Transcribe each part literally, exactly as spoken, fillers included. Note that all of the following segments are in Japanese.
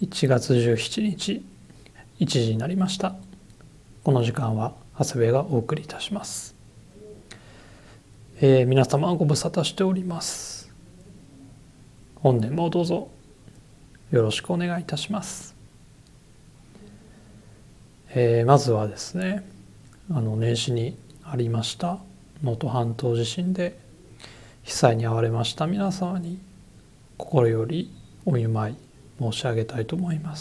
いちがつじゅうしちにちいちじになりました。この時間は長谷部がお送りいたします。えー、皆様ご無沙汰しております。本年もどうぞよろしくお願いいたします。えー、まずはですね、あの年始にありました能登半島地震で被災に遭われました皆様に心よりお見舞い申し上げたいと思います。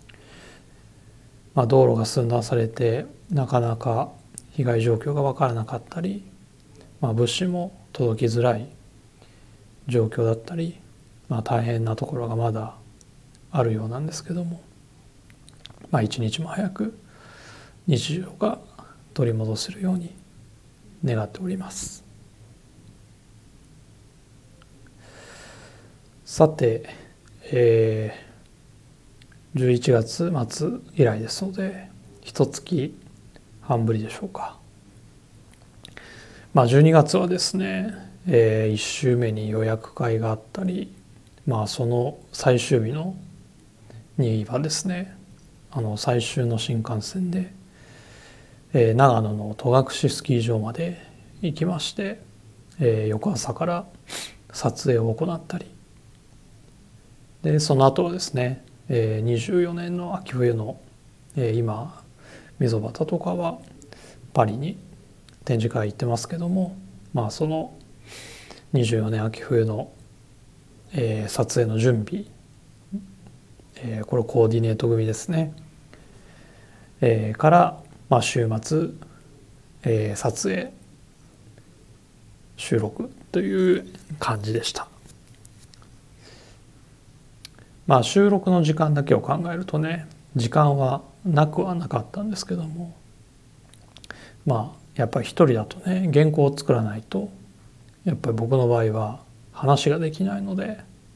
まあ、道路が寸断されてなかなか被害状況が分からなかったり、まあ、物資も届きづらい状況だったり、まあ、大変なところがまだあるようなんですけども、まあ、一日も早く日常が取り戻せるように願っております。さて、えー、じゅういちがつ末以来ですので一月半ぶりでしょうか。まあ、じゅうにがつはですね、えー、いち週目に予約会があったり、まあ、その最終日のにはですね、あの最終の新幹線で、えー、長野の戸隠スキー場まで行きまして、えー、翌朝から撮影を行ったりで、その後はですね、えー、にじゅうよねんの秋冬の、えー、今溝端とかはパリに展示会行ってますけども、まあそのにじゅうよねん秋冬の、えー、撮影の準備、えー、これコーディネート組ですね、えー、から、まあ、週末、えー、撮影収録という感じでした。まあ収録の時間だけを考えるとね、時間はなくはなかったんですけども、まあやっぱり一人だとね、原稿を作らないとやっぱり僕の場合は話ができないので、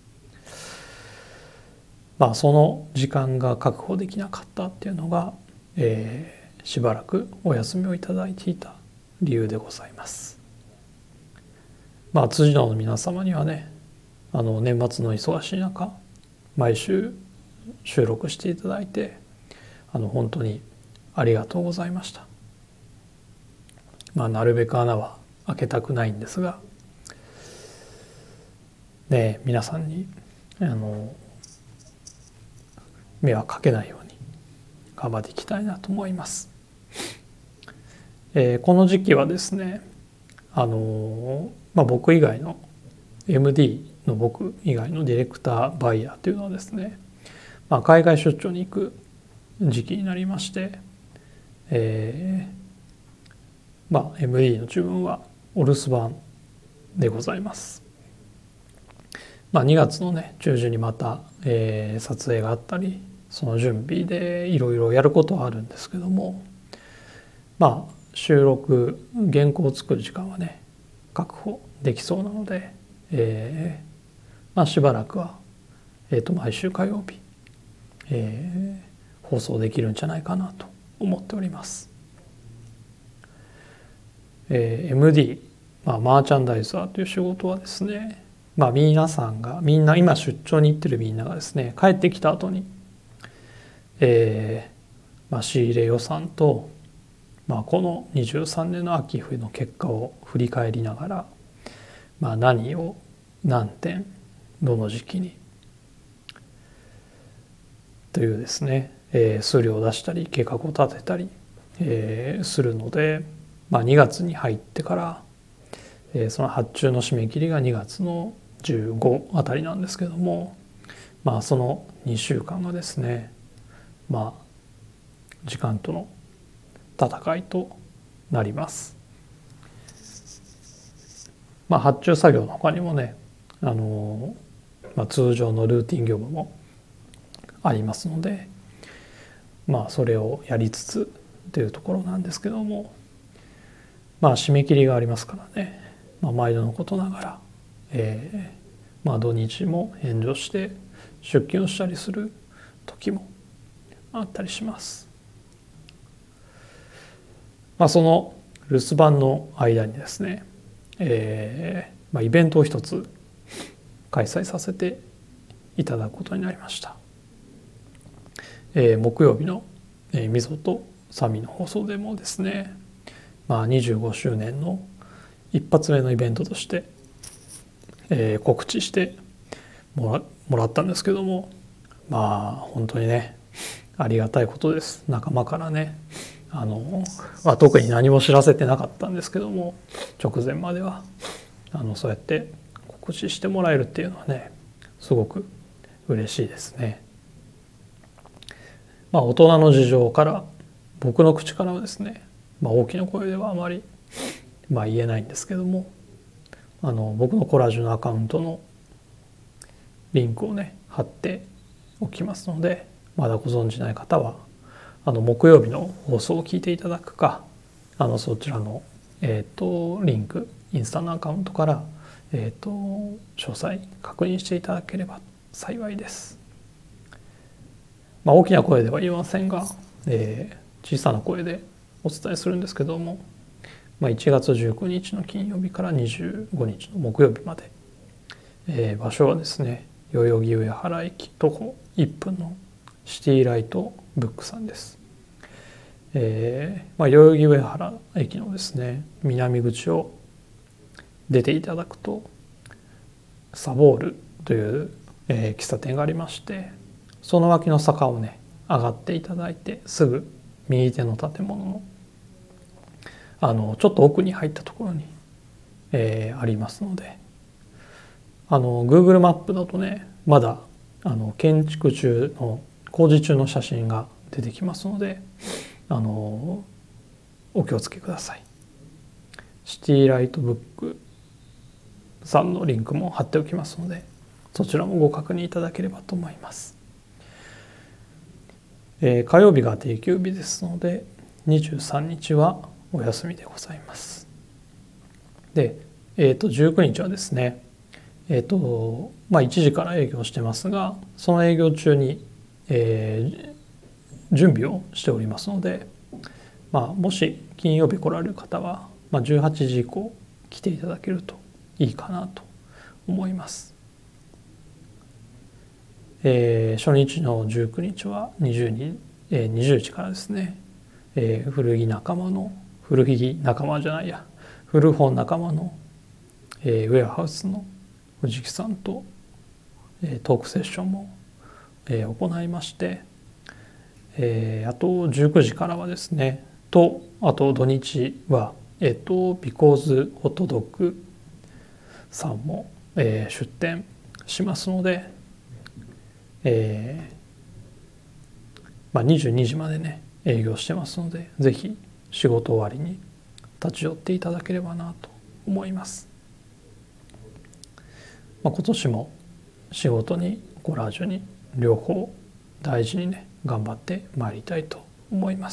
まあその時間が確保できなかったっていうのが、えー、しばらくお休みをいただいていた理由でございます。まあ辻堂の皆様にはね、あの年末の忙しい中毎週収録していただいて、あの本当にありがとうございました。まあなるべく穴は開けたくないんですが、ね、皆さんにあの迷惑かけないように頑張っていきたいなと思います。えー、この時期はですね、あのまあ、僕以外の エムディー の僕以外のディレクターバイヤーというのはですね、まあ、海外出張に行く時期になりまして、えー、まあ エムディー の自分はお留守番でございます。まあ、にがつのね中旬にまた、えー、撮影があったり、その準備でいろいろやることはあるんですけども、まあ収録原稿を作る時間はね確保できそうなので、えーまあ、しばらくは、えー、と毎週火曜日、えー、放送できるんじゃないかなと思っております。えー、エムディー、まあ、マーチャンダイザーという仕事はですね、まあ、皆さんがみんな今出張に行ってるみんながですね帰ってきた後に、えーまあ、仕入れ予算と、まあ、このにじゅうさんねんの秋冬の結果を振り返りながら、まあ、何を何点どの時期にというですね、えー、数量を出したり計画を立てたり、えー、するので、まあ、にがつに入ってから、えー、その発注の締め切りがにがつのじゅうごあたりなんですけども、まあそのにしゅうかんがですね、まあ時間との戦いとなります。まあ発注作業の他にもね、あのまあ、通常のルーティン業務もありますので、まあそれをやりつつというところなんですけども、まあ締め切りがありますからね、まあ、毎度のことながら、えー、まあ土日も返上して出勤をしたりする時もあったりします。まあ、その留守番の間にですね、えーまあ、イベントを一つ開催させていただくことになりました。 えー、木曜日の、えー、みぞとサミの放送でもですね、まあ、にじゅうごしゅうねんの一発目のイベントとして、えー、告知してもら、もらったんですけども、まあ本当にねありがたいことです。仲間からねあの、まあ、特に何も知らせてなかったんですけども、直前まではあのそうやって告知してもらえるっていうのはねすごく嬉しいですね。まあ大人の事情から僕の口からはですね、まあ、大きな声ではあまり、まあ、言えないんですけども、あの僕のコラージュのアカウントのリンクをね貼っておきますので、まだご存じない方はあの木曜日の放送を聞いていただくか、あのそちらの、えー、とリンクインスタのアカウントから、えー、と詳細確認していただければ幸いです。まあ、大きな声では言えませんが、えー、小さな声でお伝えするんですけども、まあ、いちがつじゅうくにちの金曜日からにじゅうごにちの木曜日まで、えー、場所はですね代々木上原駅徒歩いっぷんのシティライトブックさんです。えーまあ、代々木上原駅のですね南口を出ていただくとサボールという、えー、喫茶店がありまして、その脇の坂をね上がっていただいてすぐ右手の建物のあのちょっと奥に入ったところに、えー、ありますので、あの Google マップだとねまだあの建築中の工事中の写真が出てきますので、あのお気をつけください。シティライトブックさんのリンクも貼っておきますので、そちらもご確認いただければと思います。えー、火曜日が定休日ですのでにじゅうさんにちはお休みでございます。で、えー、とじゅうくにちはですね、えーとまあ、いちじから営業してますが、その営業中に、えー、準備をしておりますので、まあ、もし金曜日来られる方は、まあ、じゅうはちじ以降来ていただけるといいかなと思います。えー、初日のじゅうくにちはにじゅうに、えー、にじゅうじからですね、えー、古着仲間の古着仲間じゃないや古本仲間の、えー、ウェアハウスの藤木さんと、えー、トークセッションも、えー、行いまして、えー、あとじゅうくじからはですねとあと土日はえっとビコーズホットドッグさんも、えー、出店しますので、えーまあ、にじゅうにじまでね営業してますので、ぜひ仕事終わりに立ち寄っていただければなと思います。まあ、今年も仕事にコラージュに両方大事にね頑張ってまいりたいと思います。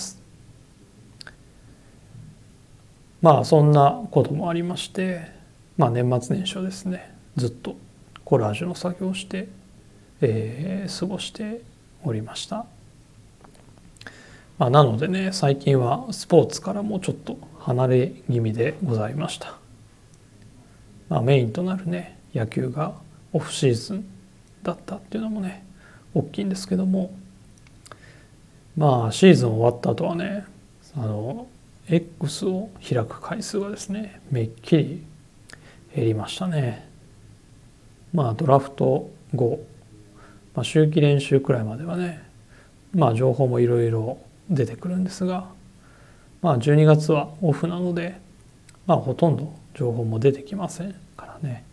まあそんなこともありまして、まあ、年末年始はですねずっとコラージュの作業をして、えー、過ごしておりました。まあ、なのでね最近はスポーツからもちょっと離れ気味でございました。まあ、メインとなるね野球がオフシーズンだったっていうのもね大きいんですけども、まあシーズン終わった後はねあの X を開く回数がですねめっきり減りましたね。まあドラフト後、まあ、秋季練習くらいまではねまあ情報もいろいろ出てくるんですが、まあじゅうにがつはオフなので、まあほとんど情報も出てきませんからね。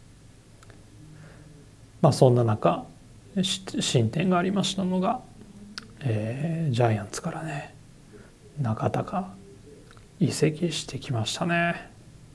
まあそんな中進展がありましたのが、えー、ジャイアンツからね中田が移籍してきましたね。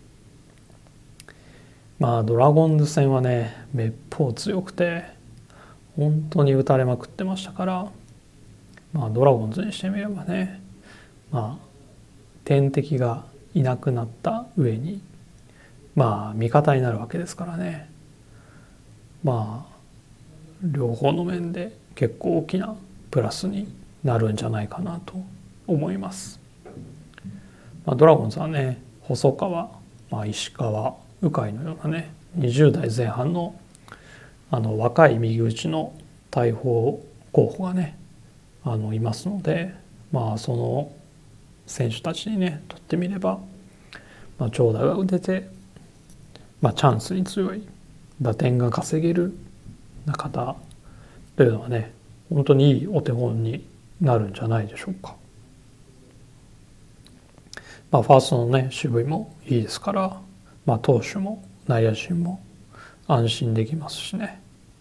まあドラゴンズ戦はねめっぽう強くて本当に打たれまくってましたから、まあドラゴンズにしてみればねまあ天敵がいなくなった上にまあ味方になるわけですからね、まあ両方の面で結構大きなプラスになるんじゃないかなと思います。まあ、ドラゴンズはね細川、まあ、石川鵜飼のようなねにじゅうだいぜん半のあの若い右打ちの大砲候補がねあのいますので、まあその選手たちにねとってみれば、まあ、長打が打てて、まあ、チャンスに強い、打点が稼げる中田というのはね、本当にいいお手本になるんじゃないでしょうか。まあ、ファーストのね守備もいいですから、まあ、投手も内野陣も安心できますしね。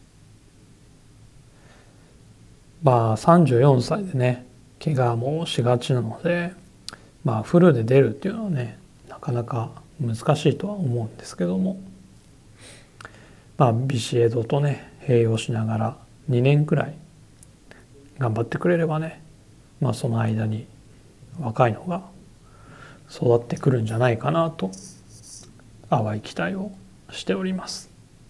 まあさんじゅうよんさいでね怪我もしがちなので、まあフルで出るっていうのはねなかなか難しいとは思うんですけども、まあビシエドとね併用しながらにねんくらい頑張ってくれればね、まあその間に若いのが育ってくるんじゃないかなと淡い期待をしております。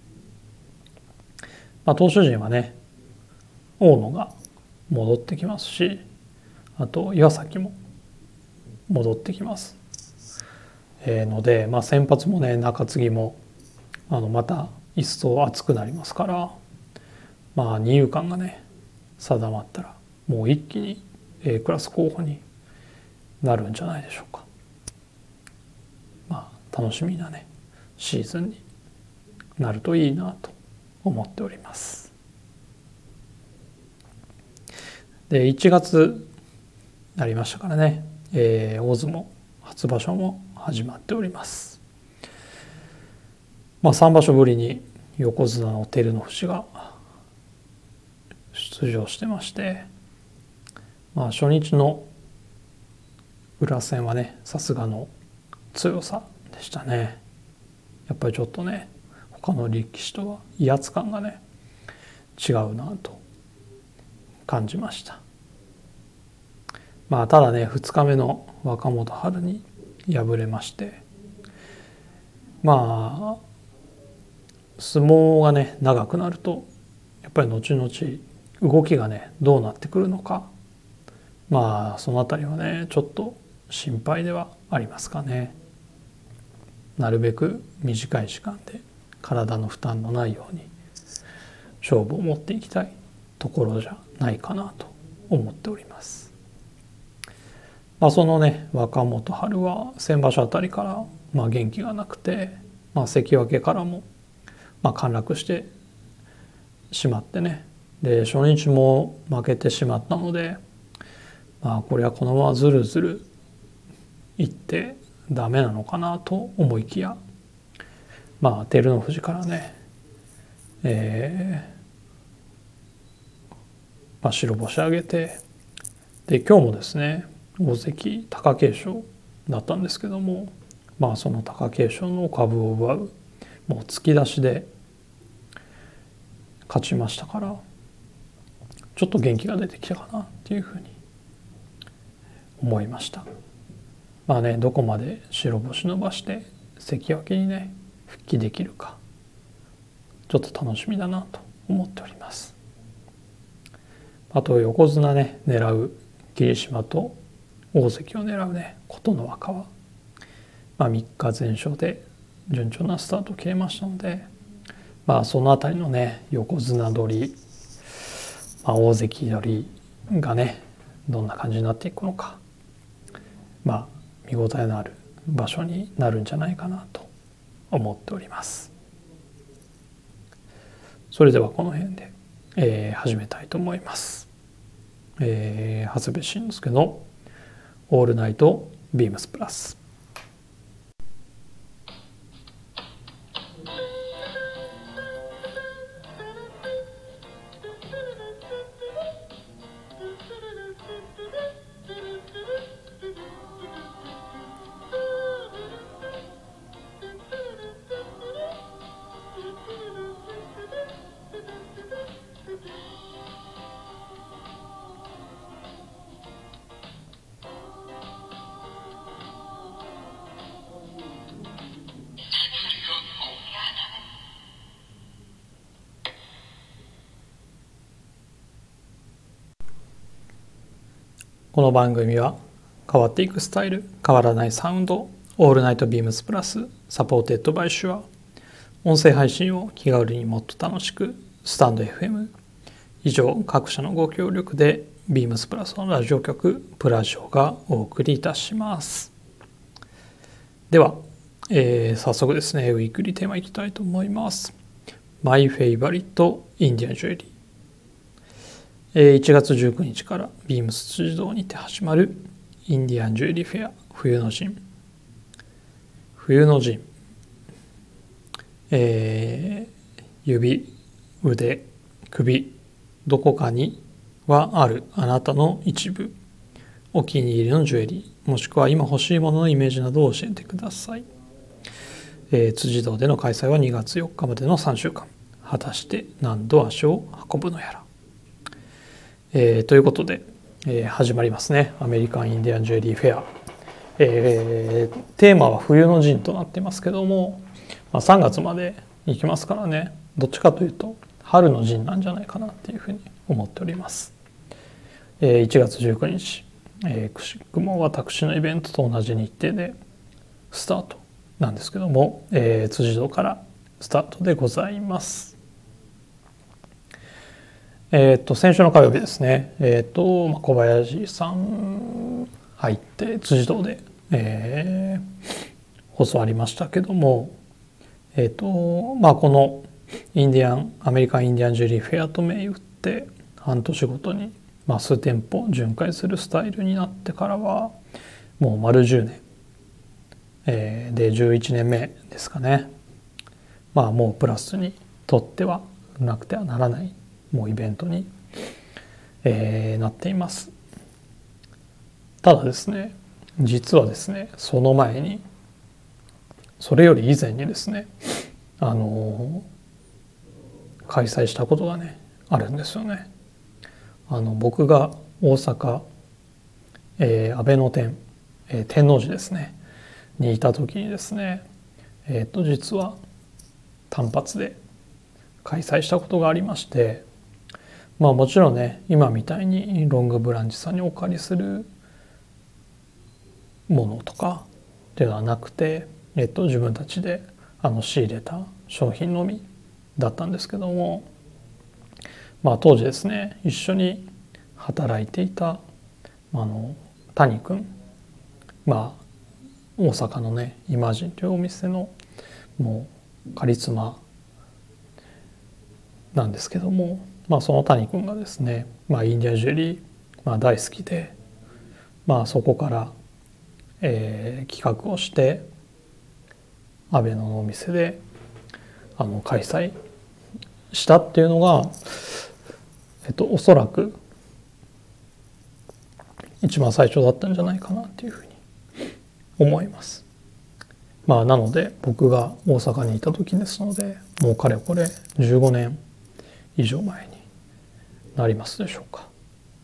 まあ、投手陣はね大野が戻ってきますし、あと岩崎も戻ってきます、えー、ので、まあ、先発もね中継ぎもあのまた一層熱くなりますから、まあ、二遊間がね定まったらもう一気に A クラス候補になるんじゃないでしょうか。まあ楽しみなねシーズンになるといいなと思っております。でいちがつになりましたからね、えー、大相撲初場所も始まっております。まあさんばしょぶりに横綱の照ノ富士が出場してまして、まあ初日の裏戦はねさすがの強さでしたね。やっぱりちょっとね他の力士とは威圧感がね違うなと感じました。まあただねふつかめの若元春に敗れまして、まあ相撲がね長くなるとやっぱり後々動きがねどうなってくるのか、まあそのあたりはねちょっと心配ではありますかね。なるべく短い時間で体の負担のないように勝負を持っていきたいところじゃないかなと思っております。まあ、そのね若元春は先場所あたりからまあ元気がなくて、まあ、関脇からもまあ陥落してしまってね、で初日も負けてしまったので、まあこれはこのままずるずるいってダメなのかなと思いきや、まあ照ノ富士からね、えーまあ、白星上げて、で今日もですね大関貴景勝だったんですけども、まあその貴景勝の株を奪うもう突き出しで勝ちましたから、ちょっと元気が出てきたかなっていうふうに思いました。まあねどこまで白星伸ばして関脇にね復帰できるかちょっと楽しみだなと思っております。あと横綱ね狙う霧島と大関を狙うね琴ノ若は、まあ、みっか全勝で順調なスタートを切れましたので、まあそのあたりのね横綱取り、まあ、大関取りがねどんな感じになっていくのか、まあ見応えのある場所になるんじゃないかなと思っております。それではこの辺で、えー、始めたいと思います。えー、長谷部慎之介のオールナイトビームスプラス。この番組は変わっていくスタイル、変わらないサウンド、オールナイトビームスプラス、サポーテッドバイシュア、音声配信を気軽にもっと楽しく、スタンド エフエム、 以上各社のご協力でビームスプラスのラジオ局プラジオがお送りいたします。では、えー、早速ですねウィークリーテーマいきたいと思います。マイフェイバリットインディアンジュエリー、えー、いちがつじゅうくにちからビームス辻堂にて始まるインディアンジュエリーフェア冬の陣。冬の陣、えー、指、腕、首どこかにはあるあなたの一部、お気に入りのジュエリーもしくは今欲しいもののイメージなどを教えてください。えー、辻堂での開催はにがつよっかまでのさんしゅうかん、果たして何度足を運ぶのやら。えー、ということで、えー、始まりますねアメリカンインディアンジュエリーフェア。えー、テーマは冬の陣となっていますけども、まあ、さんがつまで行きますからね、どっちかというと春の陣なんじゃないかなっていうふうに思っております。えー、いちがつじゅうくにち、えー、くしくも私のイベントと同じ日程でスタートなんですけども、えー、辻堂からスタートでございます。えー、と先週の火曜日ですね、えーとまあ、小林さん入って辻堂で、えー、教わりましたけども、えーとまあ、このインディアンアメリカンインディアンジュエリーフェアと銘打って半年ごとに、まあ、数店舗巡回するスタイルになってからはもう丸じゅうねん、えー、でじゅういちねんめですかね。まあもうプラスにとってはなくてはならないもうイベントに、えー、なっています。ただですね、実はですねその前にそれより以前にですねあの開催したことがねあるんですよね。あの僕が大阪、えー、安倍の天、えー、天王寺ですねにいた時にですね、えー、と実は単発で開催したことがありまして、まあもちろんね今みたいにロングブランチさんにお借りするものとかではなくて、えっと、自分たちであの仕入れた商品のみだったんですけども、まあ当時ですね一緒に働いていたあの谷君、まあ大阪のねイマジンというお店のもうカリスマなんですけども、まあその谷君がですね、まあ、インディアンジュエリー、まあ、大好きで、まあそこからえー、企画をして安倍のお店であの開催したっていうのが、えっと、おそらく一番最初だったんじゃないかなっていうふうに思います。まあなので僕が大阪にいた時ですのでもうかれこれじゅうごねん以上前になりますでしょうか。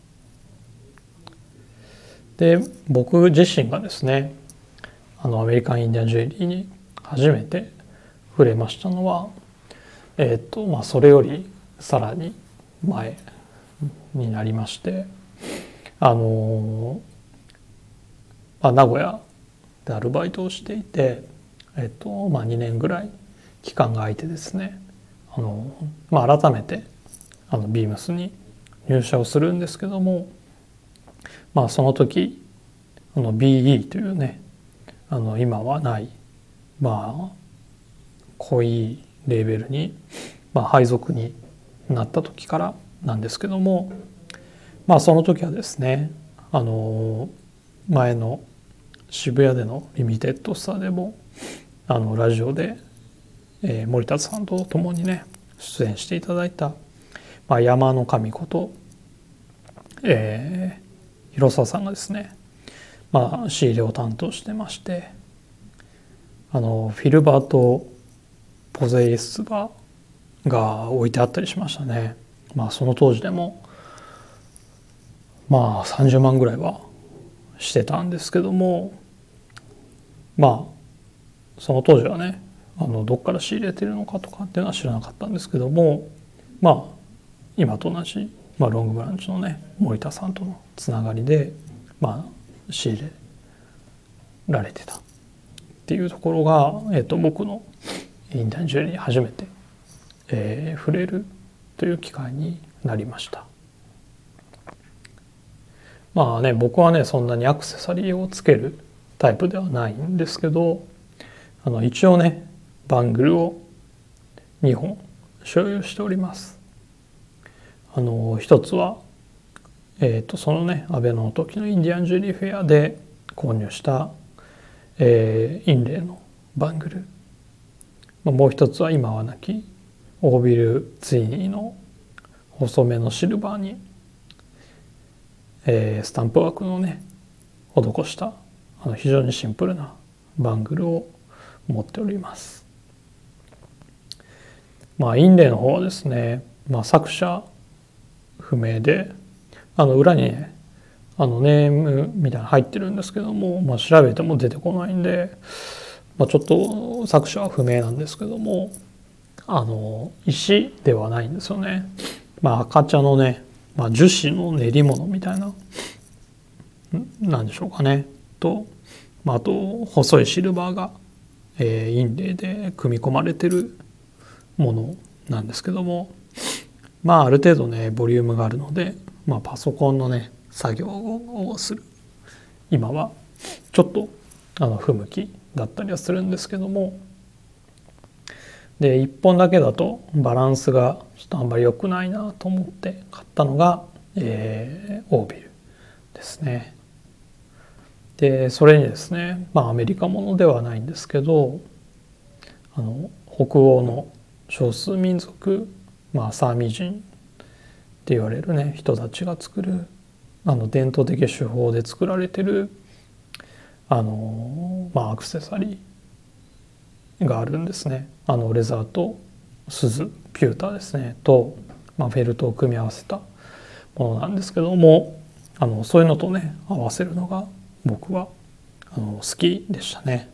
で僕自身がですねあのアメリカンインディアンジュエリーに初めて触れましたのは、えーとまあ、それよりさらに前になりまして、あのまあ、名古屋でアルバイトをしていて、えーとまあ、にねんぐらい期間が空いてですね、あの、まあ、改めてあのビームスに入社をするんですけども、まあ、その時あの ビーイー というねあの今はないまあ濃いレーベルに、まあ、配属になった時からなんですけども、まあその時はですねあの前の渋谷でのリミテッドスターでもあのラジオで、えー、森田さんと共にね出演していただいた、まあ、山の神こと、えー、広沢さんがですねまあ、仕入れを担当してまして、あのフィルバート・ポゼイスバーが置いてあったりしましたね。まあその当時でもまあさんじゅうまんぐらいはしてたんですけども、まあその当時はねあのどっから仕入れてるのかとかっていうのは知らなかったんですけども、まあ今と同じ、まあ、ロングブランチのね森田さんとのつながりでまあ仕入れられてたっていうところが、えー、と僕のインディアンジュエリーに初めて、えー、触れるという機会になりました。まあね、僕はねそんなにアクセサリーをつけるタイプではないんですけど、あの一応ねバングルをにほん所有しております。あの一つは、えー、とそのね安倍の時のインディアンジュエリーフェアで購入した、えー、インレイのバングル、もう一つは今はなきオービルツイニーの細めのシルバーに、えー、スタンプワークのね施したあの非常にシンプルなバングルを持っております。まあインレイの方はですね、まあ、作者不明で、あの裏にねあのネームみたいなの入ってるんですけども、まあ、調べても出てこないんで、まあ、ちょっと作者は不明なんですけども、あの石ではないんですよね。まあ、赤茶のね、まあ、樹脂の練り物みたいななんでしょうかねと、まあ、あと細いシルバーが、えー、インレイで組み込まれてるものなんですけども、まあある程度ねボリュームがあるので、まあ、パソコンのね作業をする今はちょっとあの不向きだったりはするんですけども、でいっぽんだけだとバランスがちょっとあんまり良くないなと思って買ったのが、えー、オービルですね。でそれにですね、まあアメリカものではないんですけど、あの北欧の少数民族、まあ、サーミ人って言われるね人たちが作るあの伝統的手法で作られてるあの、まあ、アクセサリーがあるんですね。あのレザーと鈴ピューターですねと、まあ、フェルトを組み合わせたものなんですけども、あのそういうのとね合わせるのが僕はあの好きでしたね。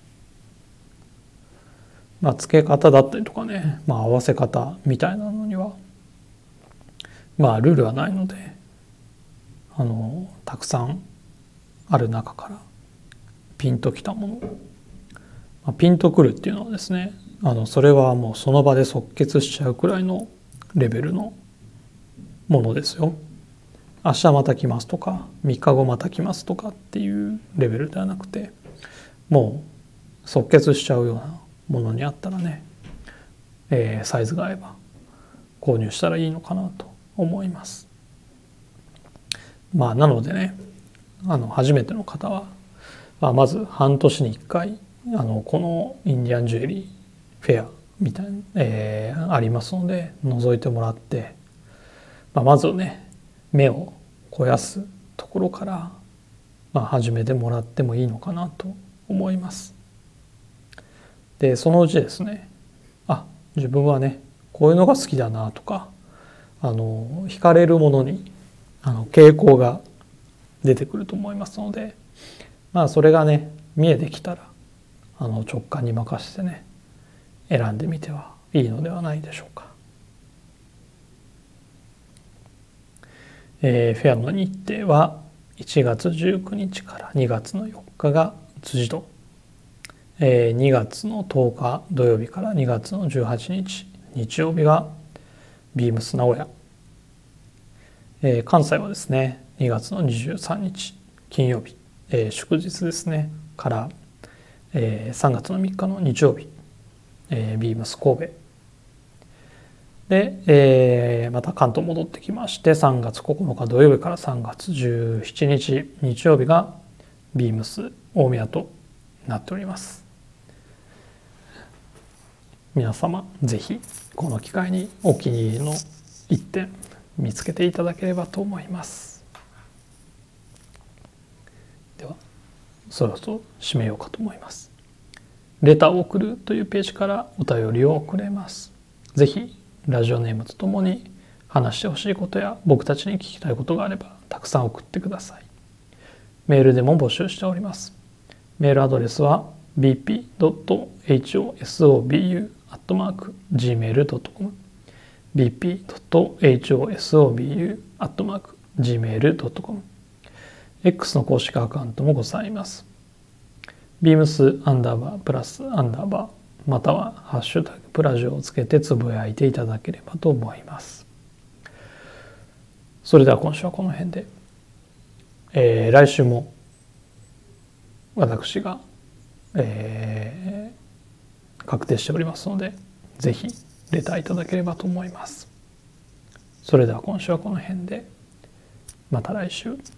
まあ、付け方だったりとかね、まあ、合わせ方みたいなのにはまあルールはないので、あのたくさんある中からピンときたもの、まあ、ピンとくるっていうのはですね、あのそれはもうその場で即決しちゃうくらいのレベルのものですよ。明日また来ますとかみっかごまた来ますとかっていうレベルではなくて、もう即決しちゃうようなものにあったらね、えー、サイズが合えば購入したらいいのかなと思います。まあなのでね、あの初めての方は、まあ、まず半年にいっかいあのこのインディアンジュエリーフェアみたいな、えー、ありますので覗いてもらって、まあ、まずね目を肥やすところから、まあ、始めてもらってもいいのかなと思います。でそのうちですね、あ自分はねこういうのが好きだなとか、あの惹かれるものにあの傾向が出てくると思いますので、まあそれがね見えてきたらあの直感に任せてね選んでみてはいいのではないでしょうか。えー、フェアの日程はいちがつじゅうくにちからにがつのよっかが辻堂、えー、にがつのとおか土曜日からにがつのじゅうはちにち日曜日がビームス名古屋、えー、関西はですねにがつのにじゅうさんにち金曜日、えー、祝日ですねから、えー、さんがつのみっかの日曜日、えー、ビームス神戸で、えー、また関東戻ってきましてさんがつここのか土曜日からさんがつじゅうしちにち日曜日がビームス大宮となっております。皆様ぜひこの機会にお気に入りの一点見つけていただければと思います。ではそろそろ締めようかと思います。レターを送るというページからお便りを送れます。ぜひラジオネームとともに話してほしいことや僕たちに聞きたいことがあればたくさん送ってください。メールでも募集しております。メールアドレスは ビーピードットホソブアットマークジーメールドットコム ビーピードットホソブアットマークジーメールドットコム X の公式アカウントもございます。ビームスアンダーバープラスアンダーバーまたはハッシュタグプラジオをつけてつぶやいていただければと思います。 それでは今週はこの辺で、えー、来週も私が、えー、確定しておりますので、ぜひレターいただければと思います。それでは今週はこの辺で、また来週。